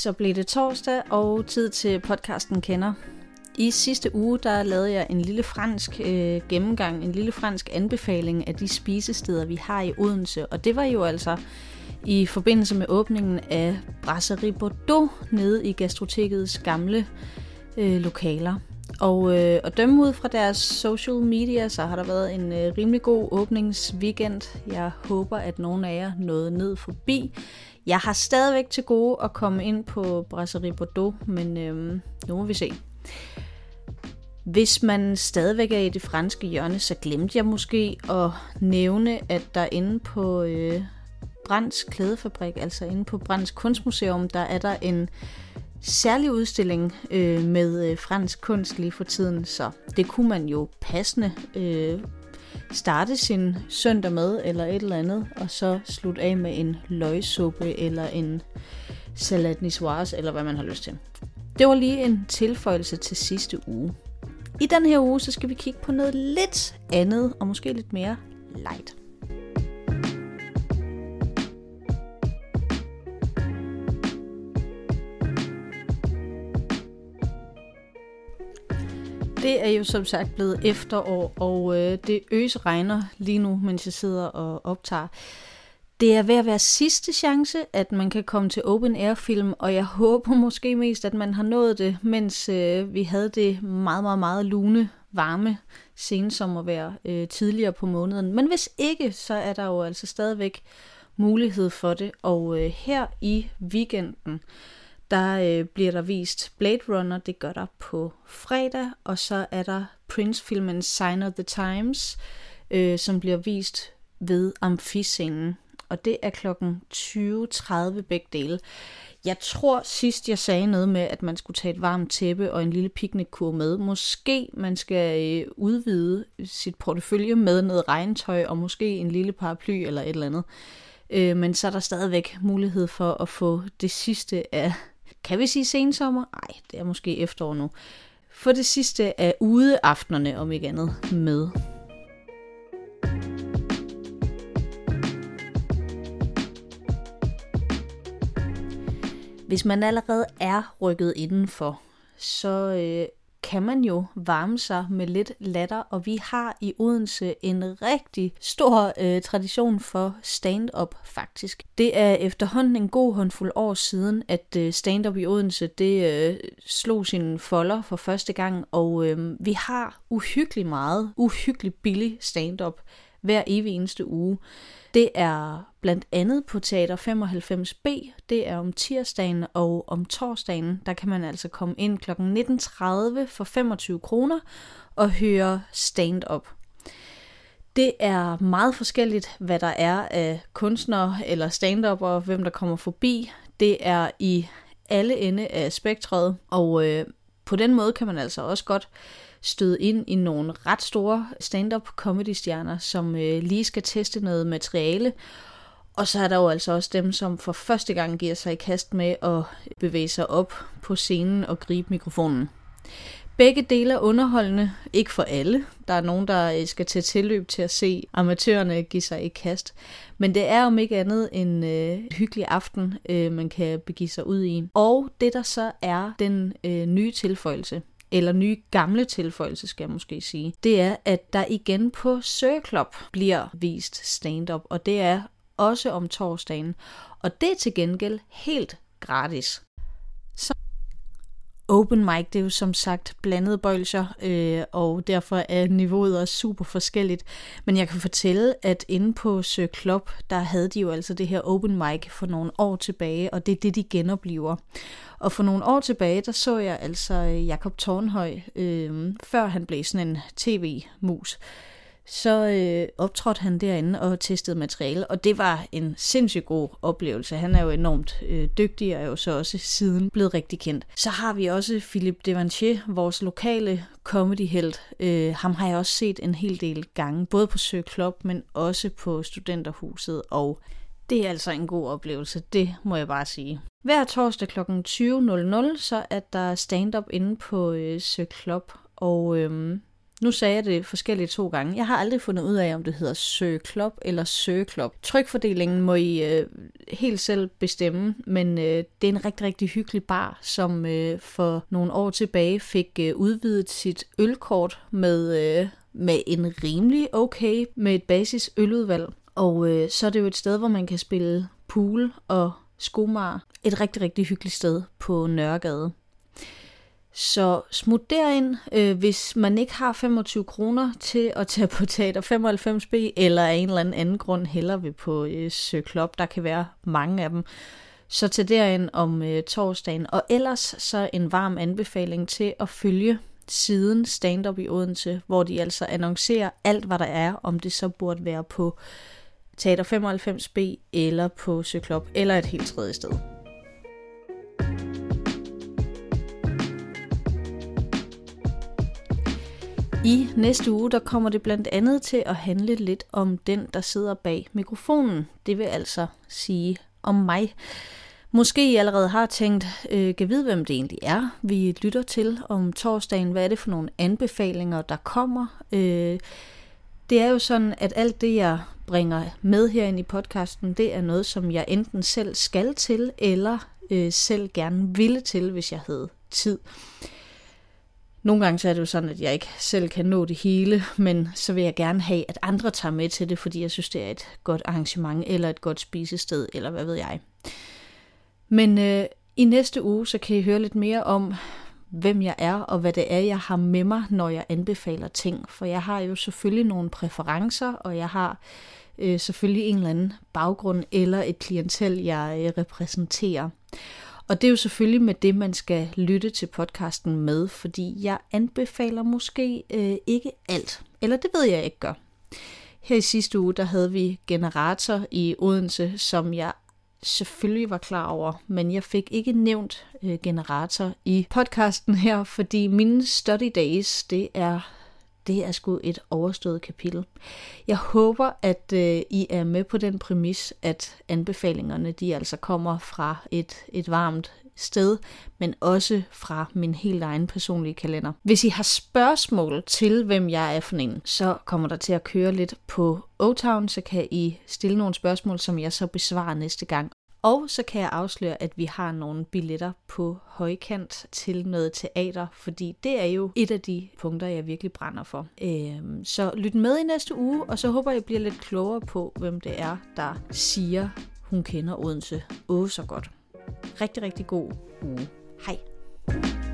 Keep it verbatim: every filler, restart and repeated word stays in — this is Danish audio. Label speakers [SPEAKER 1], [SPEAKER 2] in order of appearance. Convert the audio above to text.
[SPEAKER 1] Så blev det torsdag og tid til podcasten Kender. I sidste uge der lavede jeg en lille fransk øh, gennemgang, en lille fransk anbefaling af de spisesteder, vi har i Odense. Og det var jo altså i forbindelse med åbningen af Brasserie Bordeaux nede i Gastrotekets gamle øh, lokaler. Og, øh, og dømme ud fra deres social media, så har der været en øh, rimelig god åbningsweekend. Jeg håber, at nogen af jer nåede ned forbi. Jeg har stadigvæk til gode at komme ind på Brasserie Bordeaux, men øh, nu må vi se. Hvis man stadigvæk er i det franske hjørne, så glemte jeg måske at nævne, at der inde på øh, Brands Klædefabrik, altså inde på Brands Kunstmuseum, der er der en særlig udstilling øh, med øh, fransk kunst lige for tiden, så det kunne man jo passende øh, starte sin søndag med, eller et eller andet, og så slutte af med en løgsuppe, eller en salade niçoise, eller hvad man har lyst til. Det var lige en tilføjelse til sidste uge. I den her uge, så skal vi kigge på noget lidt andet, og måske lidt mere light. Det er jo som sagt blevet efterår, og øh, det øs regner lige nu, mens jeg sidder og optager. Det er ved at være sidste chance, at man kan komme til open air film, og jeg håber måske mest, at man har nået det, mens øh, vi havde det meget, meget, meget lune, varme sensommervejr øh, tidligere på måneden. Men hvis ikke, så er der jo altså stadigvæk mulighed for det, og øh, her i weekenden, der øh, bliver der vist Blade Runner, det gør der på fredag, og så er der Prince-filmen Sign of the Times, øh, som bliver vist ved Amfiscenen, og det er klokken tyve tredive begge dele. Jeg tror sidst jeg sagde noget med, at man skulle tage et varmt tæppe og en lille picnickurv med. Måske man skal øh, udvide sit portefølje med noget regntøj, og måske en lille paraply eller et eller andet. Øh, men så er der stadigvæk mulighed for at få det sidste af, kan vi sige sensommer? Nej, det er måske efterår nu. For det sidste af udeaftenerne, om ikke andet, med. Hvis man allerede er rykket indenfor, så øh, kan man jo varme sig med lidt latter, og vi har i Odense en rigtig stor øh, tradition for stand-up faktisk. Det er efterhånden en god håndfuld år siden, at øh, stand-up i Odense det øh, slog sine folder for første gang, og øh, vi har uhyggeligt meget, uhyggeligt billig stand-up hver evig eneste uge. Det er blandt andet på Teater femoghalvfems B, det er om tirsdagen, og om torsdagen, der kan man altså komme ind klokken nitten tredive for femogtyve kroner og høre stand-up. Det er meget forskelligt, hvad der er af kunstnere eller stand-up, og hvem der kommer forbi. Det er i alle ende af spektret, og øh, på den måde kan man altså også godt støde ind i nogle ret store stand-up comedy-stjerner, som øh, lige skal teste noget materiale. Og så er der jo altså også dem, som for første gang giver sig i kast med at bevæge sig op på scenen og gribe mikrofonen. Begge dele er underholdende, ikke for alle. Der er nogen, der skal til tilløb til at se amatørerne give sig i kast. Men det er om ikke andet en øh, hyggelig aften, øh, man kan begive sig ud i. Og det der så er den øh, nye tilføjelse, eller nye gamle tilføjelse, skal jeg måske sige, det er, at der igen på Sø Club bliver vist stand-up, og det er også om torsdagen, og det er til gengæld helt gratis. Så open mic, det er jo som sagt blandede bolsjer, øh, og derfor er niveauet også super forskelligt. Men jeg kan fortælle, at inde på Sø Club, der havde de jo altså det her open mic for nogle år tilbage, og det er det, de genoplever. Og for nogle år tilbage, der så jeg altså Jakob Tornhøj, øh, før han blev sådan en tv-mus. Så øh, optrådte han derinde og testede materiale, og det var en sindssygt god oplevelse. Han er jo enormt øh, dygtig og er jo så også siden blevet rigtig kendt. Så har vi også Philippe Devanché, vores lokale comedyhelt. Øh, ham har jeg også set en hel del gange, både på Sø Club, men også på Studenterhuset, og det er altså en god oplevelse, det må jeg bare sige. Hver torsdag klokken tyve nul nul, så er der stand-up inde på øh, Sø Club, og Øh, Nu sagde jeg det forskelligt to gange. Jeg har aldrig fundet ud af, om det hedder Søklop eller Søklop. Trykfordelingen må I øh, helt selv bestemme, men øh, det er en rigtig, rigtig hyggelig bar, som øh, for nogle år tilbage fik øh, udvidet sit ølkort med, øh, med en rimelig okay, med et basis øludvalg. Og øh, så er det jo et sted, hvor man kan spille pool og skomar. Et rigtig, rigtig hyggeligt sted på Nørregade. Så smut derind, øh, hvis man ikke har femogtyve kroner til at tage på Teater femoghalvfems B, eller af en eller anden anden grund hellere vil på øh, Søklop, der kan være mange af dem, så tag derind om øh, torsdagen. Og ellers så en varm anbefaling til at følge siden Stand Up i Odense, hvor de altså annoncerer alt, hvad der er, om det så burde være på Teater femoghalvfems B, eller på Søklop, eller et helt tredje sted. I næste uge, der kommer det blandt andet til at handle lidt om den, der sidder bag mikrofonen. Det vil altså sige om mig. Måske I allerede har tænkt, øh, kan vide, hvem det egentlig er, vi lytter til om torsdagen. Hvad er det for nogle anbefalinger, der kommer? Øh, det er jo sådan, at alt det, jeg bringer med herinde i podcasten, det er noget, som jeg enten selv skal til, eller øh, selv gerne ville til, hvis jeg havde tid. Nogle gange så er det jo sådan, at jeg ikke selv kan nå det hele, men så vil jeg gerne have, at andre tager med til det, fordi jeg synes, det er et godt arrangement, eller et godt spisested, eller hvad ved jeg. Men øh, i næste uge, så kan I høre lidt mere om, hvem jeg er, og hvad det er, jeg har med mig, når jeg anbefaler ting. For jeg har jo selvfølgelig nogle præferencer, og jeg har øh, selvfølgelig en eller anden baggrund, eller et klientel, jeg øh, repræsenterer. Og det er jo selvfølgelig med det, man skal lytte til podcasten med, fordi jeg anbefaler måske øh, ikke alt. Eller det ved jeg ikke gør. Her i sidste uge, der havde vi Generator i Odense, som jeg selvfølgelig var klar over, men jeg fik ikke nævnt øh, Generator i podcasten her, fordi mine study days, det er... Det er sgu et overstået kapitel. Jeg håber, at øh, I er med på den præmis, at anbefalingerne de altså kommer fra et, et varmt sted, men også fra min helt egen personlige kalender. Hvis I har spørgsmål til, hvem jeg er for en, så kommer der til at køre lidt på O-Town, så kan I stille nogle spørgsmål, som jeg så besvarer næste gang. Og så kan jeg afsløre, at vi har nogle billetter på højkant til noget teater, fordi det er jo et af de punkter, jeg virkelig brænder for. Øhm, så lyt med i næste uge, og så håber jeg, I bliver lidt klogere på, hvem det er, der siger, hun kender Odense åh så godt. Rigtig, rigtig god uge. Hej.